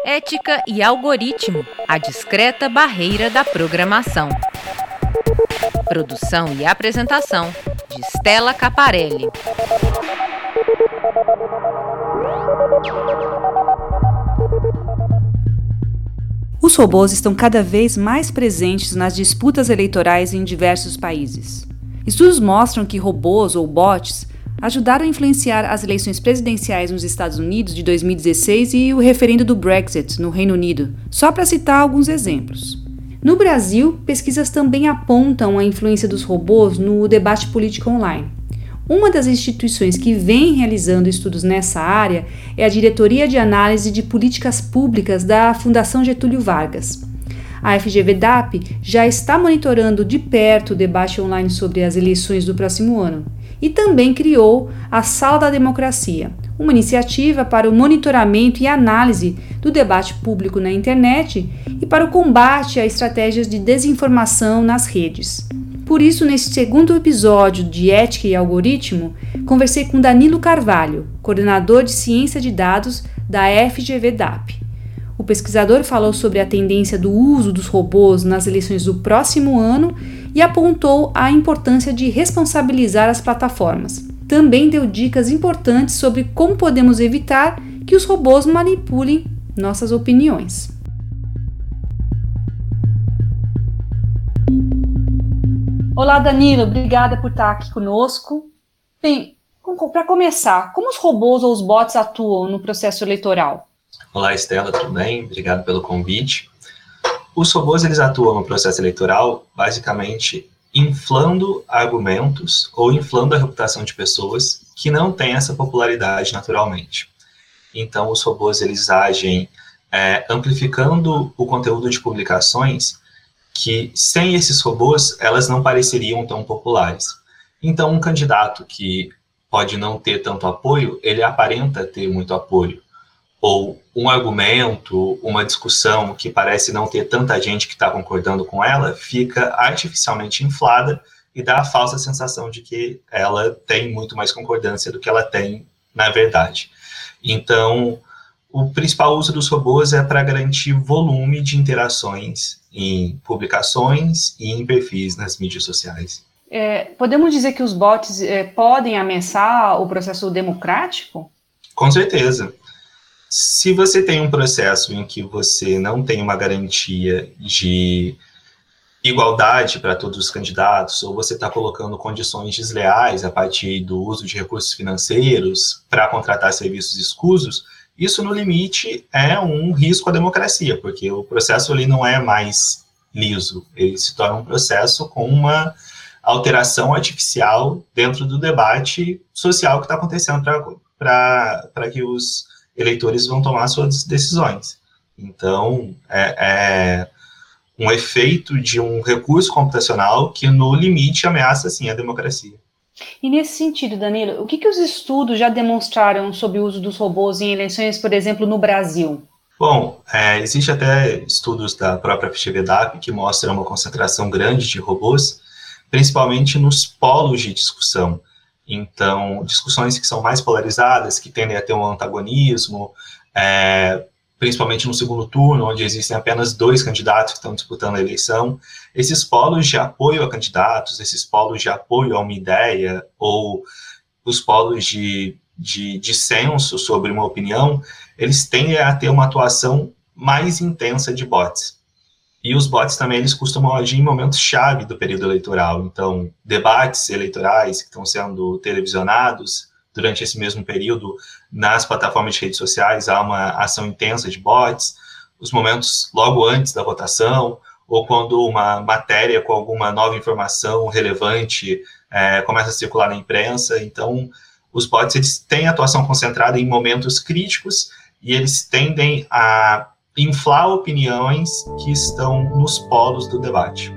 Ética e algoritmo, a discreta barreira da programação. Produção e apresentação de Stella Caparelli. Os robôs estão cada vez mais presentes nas disputas eleitorais em diversos países. Estudos mostram que robôs ou bots ajudaram a influenciar as eleições presidenciais nos Estados Unidos de 2016 e o referendo do Brexit no Reino Unido, só para citar alguns exemplos. No Brasil, pesquisas também apontam a influência dos robôs no debate político online. Uma das instituições que vem realizando estudos nessa área é a Diretoria de Análise de Políticas Públicas da Fundação Getúlio Vargas. A FGV-DAP já está monitorando de perto o debate online sobre as eleições do próximo ano e também criou a Sala da Democracia, uma iniciativa para o monitoramento e análise do debate público na internet e para o combate a estratégias de desinformação nas redes. Por isso, neste segundo episódio de Ética e Algoritmo, conversei com Danilo Carvalho, coordenador de Ciência de Dados da FGV-DAP. O pesquisador falou sobre a tendência do uso dos robôs nas eleições do próximo ano e apontou a importância de responsabilizar as plataformas. Também deu dicas importantes sobre como podemos evitar que os robôs manipulem nossas opiniões. Olá, Danilo, obrigada por estar aqui conosco. Bem, para começar, como os robôs ou os bots atuam no processo eleitoral? Olá, Stella, tudo bem? Obrigado pelo convite. Os robôs, eles atuam no processo eleitoral, basicamente, inflando argumentos ou inflando a reputação de pessoas que não têm essa popularidade naturalmente. Então, os robôs, eles agem amplificando o conteúdo de publicações que, sem esses robôs, elas não pareceriam tão populares. Então, um candidato que pode não ter tanto apoio, ele aparenta ter muito apoio. Ou um argumento, uma discussão que parece não ter tanta gente que está concordando com ela, fica artificialmente inflada e dá a falsa sensação de que ela tem muito mais concordância do que ela tem na verdade. Então, o principal uso dos robôs é para garantir volume de interações em publicações e em perfis nas mídias sociais. Podemos dizer que os bots podem ameaçar o processo democrático? Com certeza. Se você tem um processo em que você não tem uma garantia de igualdade para todos os candidatos, ou você está colocando condições desleais a partir do uso de recursos financeiros para contratar serviços escusos, isso no limite é um risco à democracia, porque o processo ali não é mais liso, ele se torna um processo com uma alteração artificial dentro do debate social que está acontecendo para que os eleitores vão tomar suas decisões. Então, é um efeito de um recurso computacional que, no limite, ameaça, sim, a democracia. E nesse sentido, Danilo, o que os estudos já demonstraram sobre o uso dos robôs em eleições, por exemplo, no Brasil? Bom, existe até estudos da própria FGV-DAP que mostram uma concentração grande de robôs, principalmente nos polos de discussão. Então, discussões que são mais polarizadas, que tendem a ter um antagonismo, principalmente no segundo turno, onde existem apenas 2 candidatos que estão disputando a eleição, esses polos de apoio a candidatos, esses polos de apoio a uma ideia, ou os polos de dissenso sobre uma opinião, eles tendem a ter uma atuação mais intensa de bots. E os bots também, eles costumam agir em momentos-chave do período eleitoral. Então, debates eleitorais que estão sendo televisionados durante esse mesmo período, nas plataformas de redes sociais, há uma ação intensa de bots. Os momentos logo antes da votação, ou quando uma matéria com alguma nova informação relevante começa a circular na imprensa. Então, os bots, eles têm atuação concentrada em momentos críticos e eles tendem a inflar opiniões que estão nos polos do debate.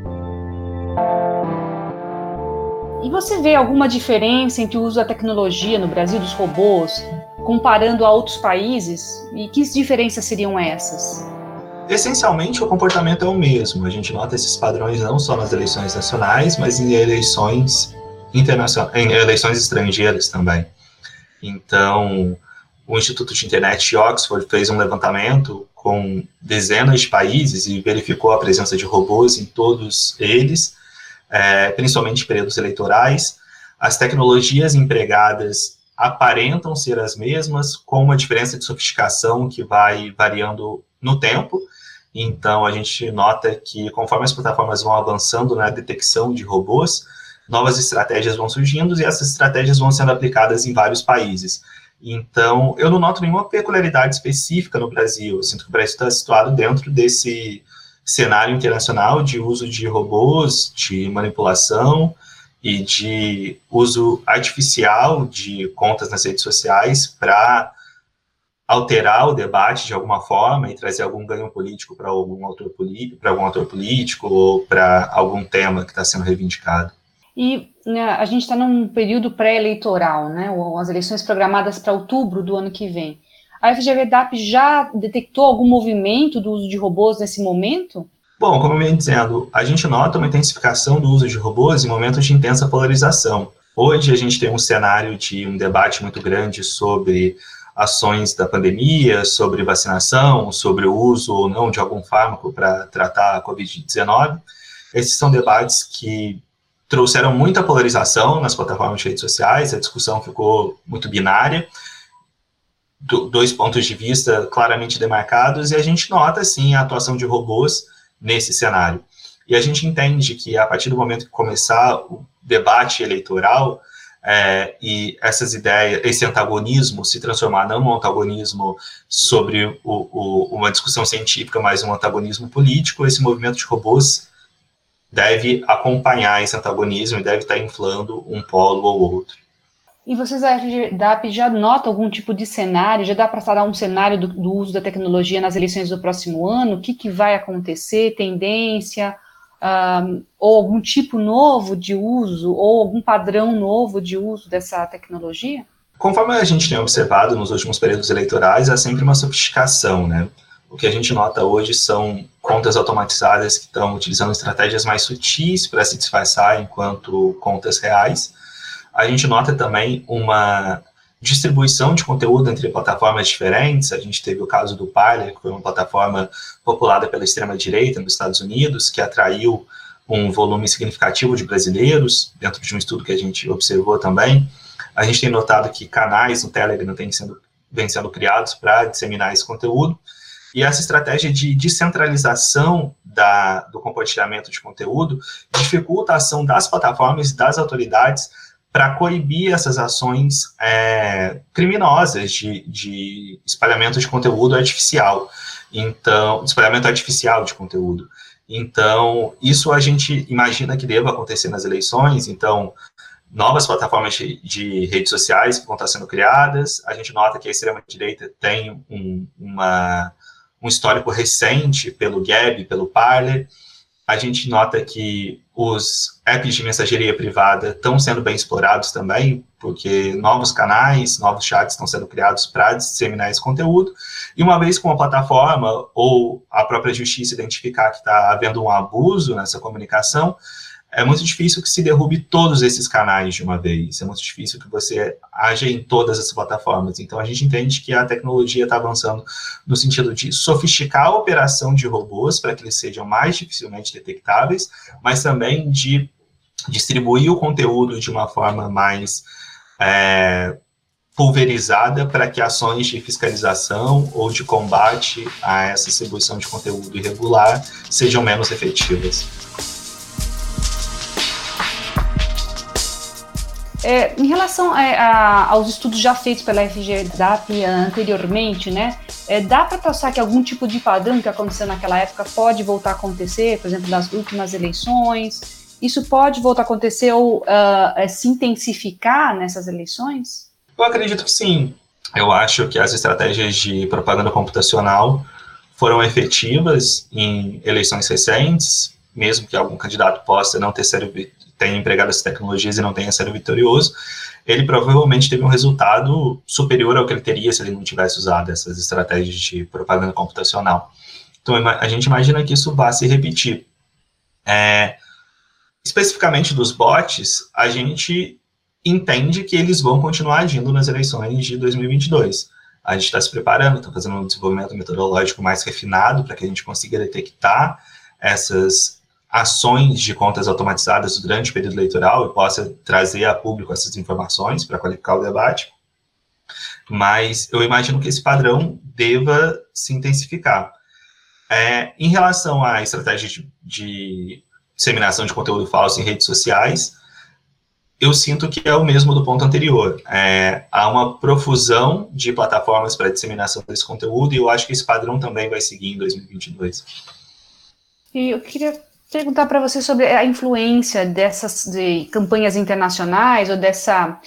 E você vê alguma diferença entre o uso da tecnologia no Brasil, dos robôs, comparando a outros países? E que diferenças seriam essas? Essencialmente, o comportamento é o mesmo. A gente nota esses padrões não só nas eleições nacionais, mas em eleições internacionais, em eleições estrangeiras também. Então, o Instituto de Internet de Oxford fez um levantamento com dezenas de países e verificou a presença de robôs em todos eles, principalmente em períodos eleitorais. As tecnologias empregadas aparentam ser as mesmas, com uma diferença de sofisticação que vai variando no tempo. Então, a gente nota que, conforme as plataformas vão avançando na detecção de robôs, novas estratégias vão surgindo e essas estratégias vão sendo aplicadas em vários países. Então, eu não noto nenhuma peculiaridade específica no Brasil. Eu sinto que o Brasil está situado dentro desse cenário internacional de uso de robôs, de manipulação e de uso artificial de contas nas redes sociais para alterar o debate de alguma forma e trazer algum ganho político para algum autor político ou para algum tema que está sendo reivindicado. E a gente está num período pré-eleitoral, né? As eleições programadas para outubro do ano que vem. A FGV-DAP já detectou algum movimento do uso de robôs nesse momento? Bom, como eu venho dizendo, a gente nota uma intensificação do uso de robôs em momentos de intensa polarização. Hoje a gente tem um cenário de um debate muito grande sobre ações da pandemia, sobre vacinação, sobre o uso ou não de algum fármaco para tratar a Covid-19. Esses são debates que trouxeram muita polarização nas plataformas de redes sociais, a discussão ficou muito binária, dois pontos de vista claramente demarcados, e a gente nota, sim, a atuação de robôs nesse cenário. E a gente entende que, a partir do momento que começar o debate eleitoral, e essas ideias, esse antagonismo se transformar não num antagonismo sobre uma discussão científica, mas um antagonismo político, esse movimento de robôs deve acompanhar esse antagonismo e deve estar inflando um polo ou outro. E vocês da FGV-DAP já notam algum tipo de cenário? Já dá para dar um cenário do uso da tecnologia nas eleições do próximo ano? O que vai acontecer? Tendência? Ou algum tipo novo de uso? Ou algum padrão novo de uso dessa tecnologia? Conforme a gente tem observado nos últimos períodos eleitorais, há sempre uma sofisticação, né? O que a gente nota hoje são contas automatizadas que estão utilizando estratégias mais sutis para se disfarçar enquanto contas reais. A gente nota também uma distribuição de conteúdo entre plataformas diferentes. A gente teve o caso do Parler, que foi uma plataforma populada pela extrema-direita nos Estados Unidos, que atraiu um volume significativo de brasileiros, dentro de um estudo que a gente observou também. A gente tem notado que canais no Telegram vêm sendo criados para disseminar esse conteúdo. E essa estratégia de descentralização do compartilhamento de conteúdo dificulta a ação das plataformas e das autoridades para coibir essas ações criminosas de espalhamento de conteúdo artificial. Então, espalhamento artificial de conteúdo. Então, isso a gente imagina que deva acontecer nas eleições. Então, novas plataformas de redes sociais que vão estar sendo criadas. A gente nota que a extrema-direita tem um histórico recente pelo Gab, pelo Parler. A gente nota que os apps de mensageria privada estão sendo bem explorados também, porque novos canais, novos chats estão sendo criados para disseminar esse conteúdo. E uma vez com a plataforma ou a própria justiça identificar que está havendo um abuso nessa comunicação, é muito difícil que se derrube todos esses canais de uma vez, é muito difícil que você haja em todas as plataformas. Então, a gente entende que a tecnologia está avançando no sentido de sofisticar a operação de robôs para que eles sejam mais dificilmente detectáveis, mas também de distribuir o conteúdo de uma forma mais pulverizada para que ações de fiscalização ou de combate a essa distribuição de conteúdo irregular sejam menos efetivas. Em relação aos estudos já feitos pela FGV-DAP anteriormente, né, dá para traçar que algum tipo de padrão que aconteceu naquela época pode voltar a acontecer, por exemplo, nas últimas eleições? Isso pode voltar a acontecer ou se intensificar nessas eleições? Eu acredito que sim. Eu acho que as estratégias de propaganda computacional foram efetivas em eleições recentes, mesmo que algum candidato possa não tenha empregado essas tecnologias e não tenha sido vitorioso, ele provavelmente teve um resultado superior ao que ele teria se ele não tivesse usado essas estratégias de propaganda computacional. Então, a gente imagina que isso vá se repetir. Especificamente dos bots, a gente entende que eles vão continuar agindo nas eleições de 2022. A gente está se preparando, está fazendo um desenvolvimento metodológico mais refinado para que a gente consiga detectar essas ações de contas automatizadas durante o período eleitoral e possa trazer a público essas informações para qualificar o debate. Mas eu imagino que esse padrão deva se intensificar. Em relação à estratégia de disseminação de conteúdo falso em redes sociais, eu sinto que é o mesmo do ponto anterior. Há uma profusão de plataformas para disseminação desse conteúdo e eu acho que esse padrão também vai seguir em 2022. E eu queria perguntar para você sobre a influência de campanhas internacionais ou dessas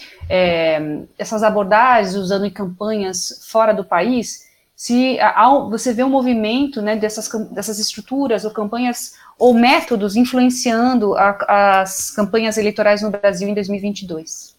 abordagens usando em campanhas fora do país, se você vê um movimento, né, dessas estruturas ou campanhas ou métodos influenciando as campanhas eleitorais no Brasil em 2022.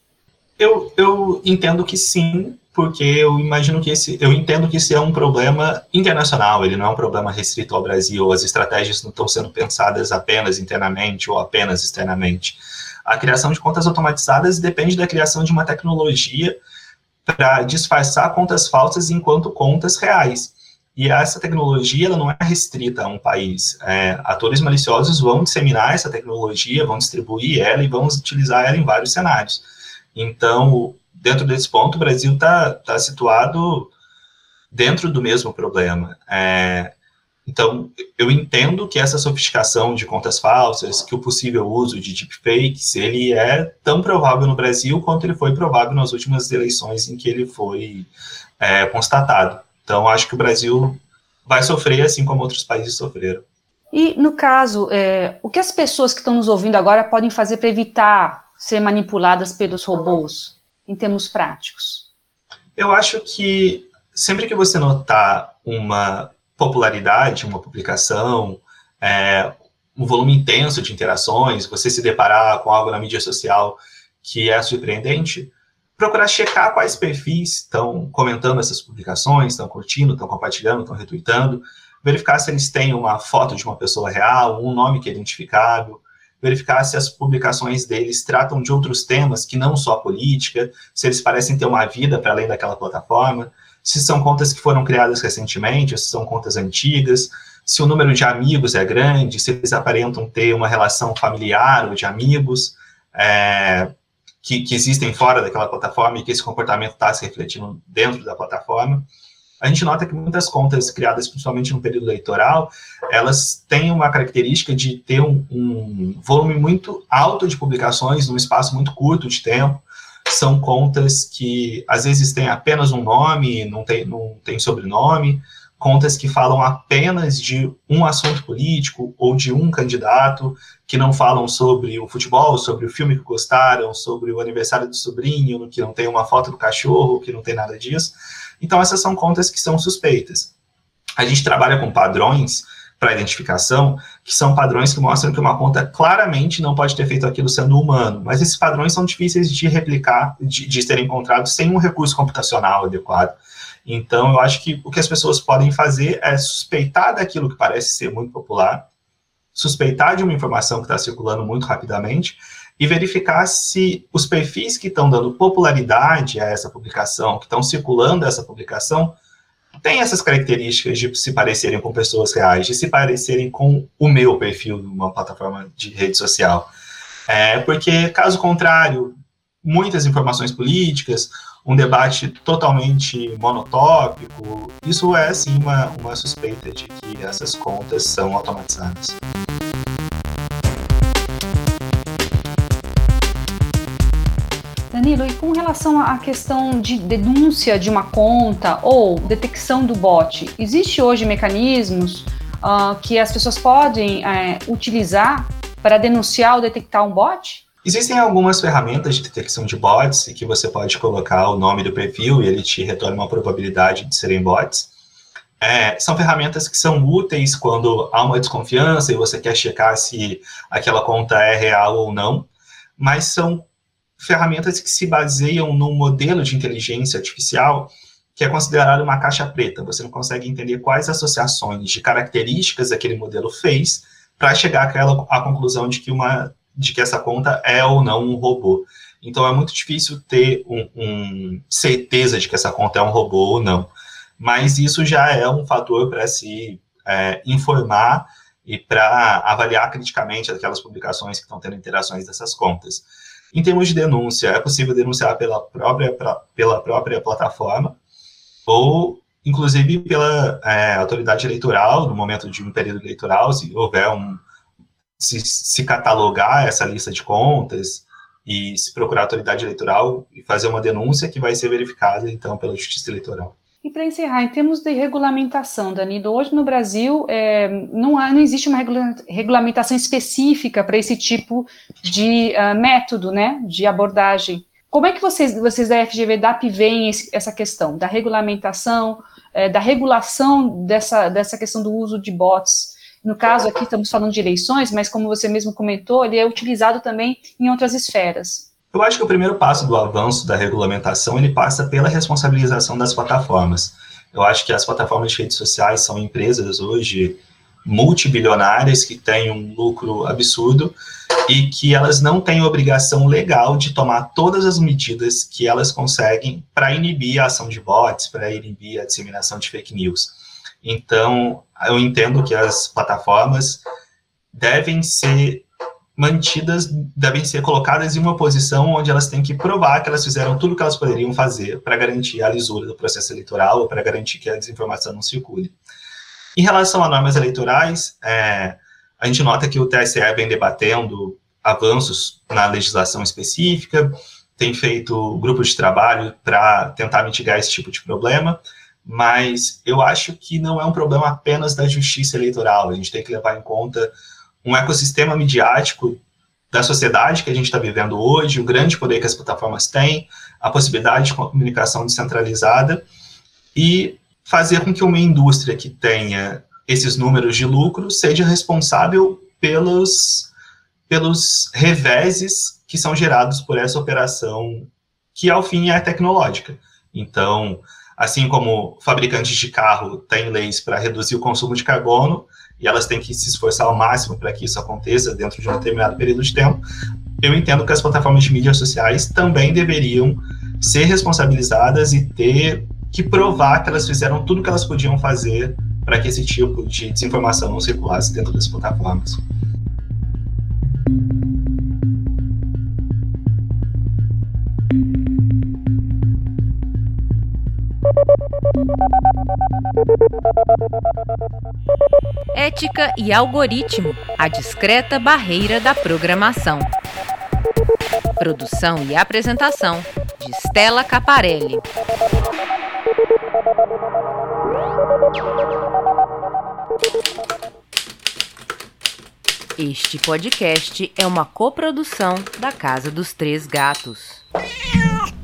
Eu entendo que sim, porque eu entendo que esse é um problema internacional, ele não é um problema restrito ao Brasil, as estratégias não estão sendo pensadas apenas internamente ou apenas externamente. A criação de contas automatizadas depende da criação de uma tecnologia para disfarçar contas falsas enquanto contas reais. E essa tecnologia ela não é restrita a um país. Atores maliciosos vão disseminar essa tecnologia, vão distribuir ela e vão utilizar ela em vários cenários. Então, dentro desse ponto, o Brasil está situado dentro do mesmo problema. Então, eu entendo que essa sofisticação de contas falsas, que o possível uso de deepfakes, ele é tão provável no Brasil quanto ele foi provável nas últimas eleições em que ele foi constatado. Então, acho que o Brasil vai sofrer assim como outros países sofreram. E, no caso, o que as pessoas que estão nos ouvindo agora podem fazer para evitar ser manipuladas pelos robôs, em termos práticos? Eu acho que sempre que você notar uma popularidade, uma publicação, um volume intenso de interações, você se deparar com algo na mídia social que é surpreendente, procurar checar quais perfis estão comentando essas publicações, estão curtindo, estão compartilhando, estão retweetando, verificar se eles têm uma foto de uma pessoa real, um nome que é identificável, verificar se as publicações deles tratam de outros temas que não só política, se eles parecem ter uma vida para além daquela plataforma, se são contas que foram criadas recentemente, se são contas antigas, se o número de amigos é grande, se eles aparentam ter uma relação familiar ou de amigos que existem fora daquela plataforma e que esse comportamento está se refletindo dentro da plataforma. A gente nota que muitas contas criadas, principalmente no período eleitoral, elas têm uma característica de ter um volume muito alto de publicações num espaço muito curto de tempo. São contas que, às vezes, têm apenas um nome, não tem sobrenome, contas que falam apenas de um assunto político ou de um candidato, que não falam sobre o futebol, sobre o filme que gostaram, sobre o aniversário do sobrinho, que não tem uma foto do cachorro, que não tem nada disso. Então, essas são contas que são suspeitas. A gente trabalha com padrões para identificação, que são padrões que mostram que uma conta claramente não pode ter feito aquilo sendo humano, mas esses padrões são difíceis de replicar, de serem encontrados sem um recurso computacional adequado. Então, eu acho que o que as pessoas podem fazer é suspeitar daquilo que parece ser muito popular, suspeitar de uma informação que está circulando muito rapidamente e verificar se os perfis que estão dando popularidade a essa publicação, que estão circulando essa publicação, têm essas características de se parecerem com pessoas reais, de se parecerem com o meu perfil numa plataforma de rede social. Porque, caso contrário, muitas informações políticas, um debate totalmente monotópico, isso é, sim, uma suspeita de que essas contas são automatizadas. Danilo, e com relação à questão de denúncia de uma conta ou detecção do bot, existe hoje mecanismos que as pessoas podem utilizar para denunciar ou detectar um bot? Existem algumas ferramentas de detecção de bots que você pode colocar o nome do perfil e ele te retorna uma probabilidade de serem bots. São ferramentas que são úteis quando há uma desconfiança e você quer checar se aquela conta é real ou não, mas são ferramentas que se baseiam num modelo de inteligência artificial que é considerado uma caixa preta. Você não consegue entender quais associações de características aquele modelo fez para chegar à conclusão de que essa conta é ou não um robô. Então é muito difícil ter certeza de que essa conta é um robô ou não. Mas isso já é um fator para se informar e para avaliar criticamente aquelas publicações que estão tendo interações dessas contas. Em termos de denúncia, é possível denunciar pela própria plataforma ou, inclusive, pela autoridade eleitoral, no momento de um período eleitoral, se houver se catalogar essa lista de contas e se procurar a autoridade eleitoral e fazer uma denúncia que vai ser verificada, então, pela Justiça Eleitoral. E para encerrar, em termos de regulamentação, Danilo, hoje no Brasil não existe uma regulamentação específica para esse tipo de método, né, de abordagem. Como é que vocês da FGV DAP veem essa questão da regulamentação, da regulação dessa questão do uso de bots? No caso aqui estamos falando de eleições, mas como você mesmo comentou, ele é utilizado também em outras esferas. Eu acho que o primeiro passo do avanço da regulamentação, ele passa pela responsabilização das plataformas. Eu acho que as plataformas de redes sociais são empresas hoje multibilionárias que têm um lucro absurdo e que elas não têm obrigação legal de tomar todas as medidas que elas conseguem para inibir a ação de bots, para inibir a disseminação de fake news. Então, eu entendo que as plataformas devem ser colocadas em uma posição onde elas têm que provar que elas fizeram tudo o que elas poderiam fazer para garantir a lisura do processo eleitoral ou para garantir que a desinformação não circule. Em relação a normas eleitorais, a gente nota que o TSE vem debatendo avanços na legislação específica, tem feito grupos de trabalho para tentar mitigar esse tipo de problema, mas eu acho que não é um problema apenas da justiça eleitoral, a gente tem que levar em conta um ecossistema midiático da sociedade que a gente está vivendo hoje, o grande poder que as plataformas têm, a possibilidade de comunicação descentralizada e fazer com que uma indústria que tenha esses números de lucro seja responsável pelos reveses que são gerados por essa operação que, ao fim, é tecnológica. Então, assim como fabricantes de carro têm leis para reduzir o consumo de carbono, e elas têm que se esforçar ao máximo para que isso aconteça dentro de um determinado período de tempo, eu entendo que as plataformas de mídias sociais também deveriam ser responsabilizadas e ter que provar que elas fizeram tudo o que elas podiam fazer para que esse tipo de desinformação não circulasse dentro das plataformas. Ética e algoritmo, a discreta barreira da programação. Produção e apresentação de Stella Caparelli. Este podcast é uma coprodução da Casa dos Três Gatos.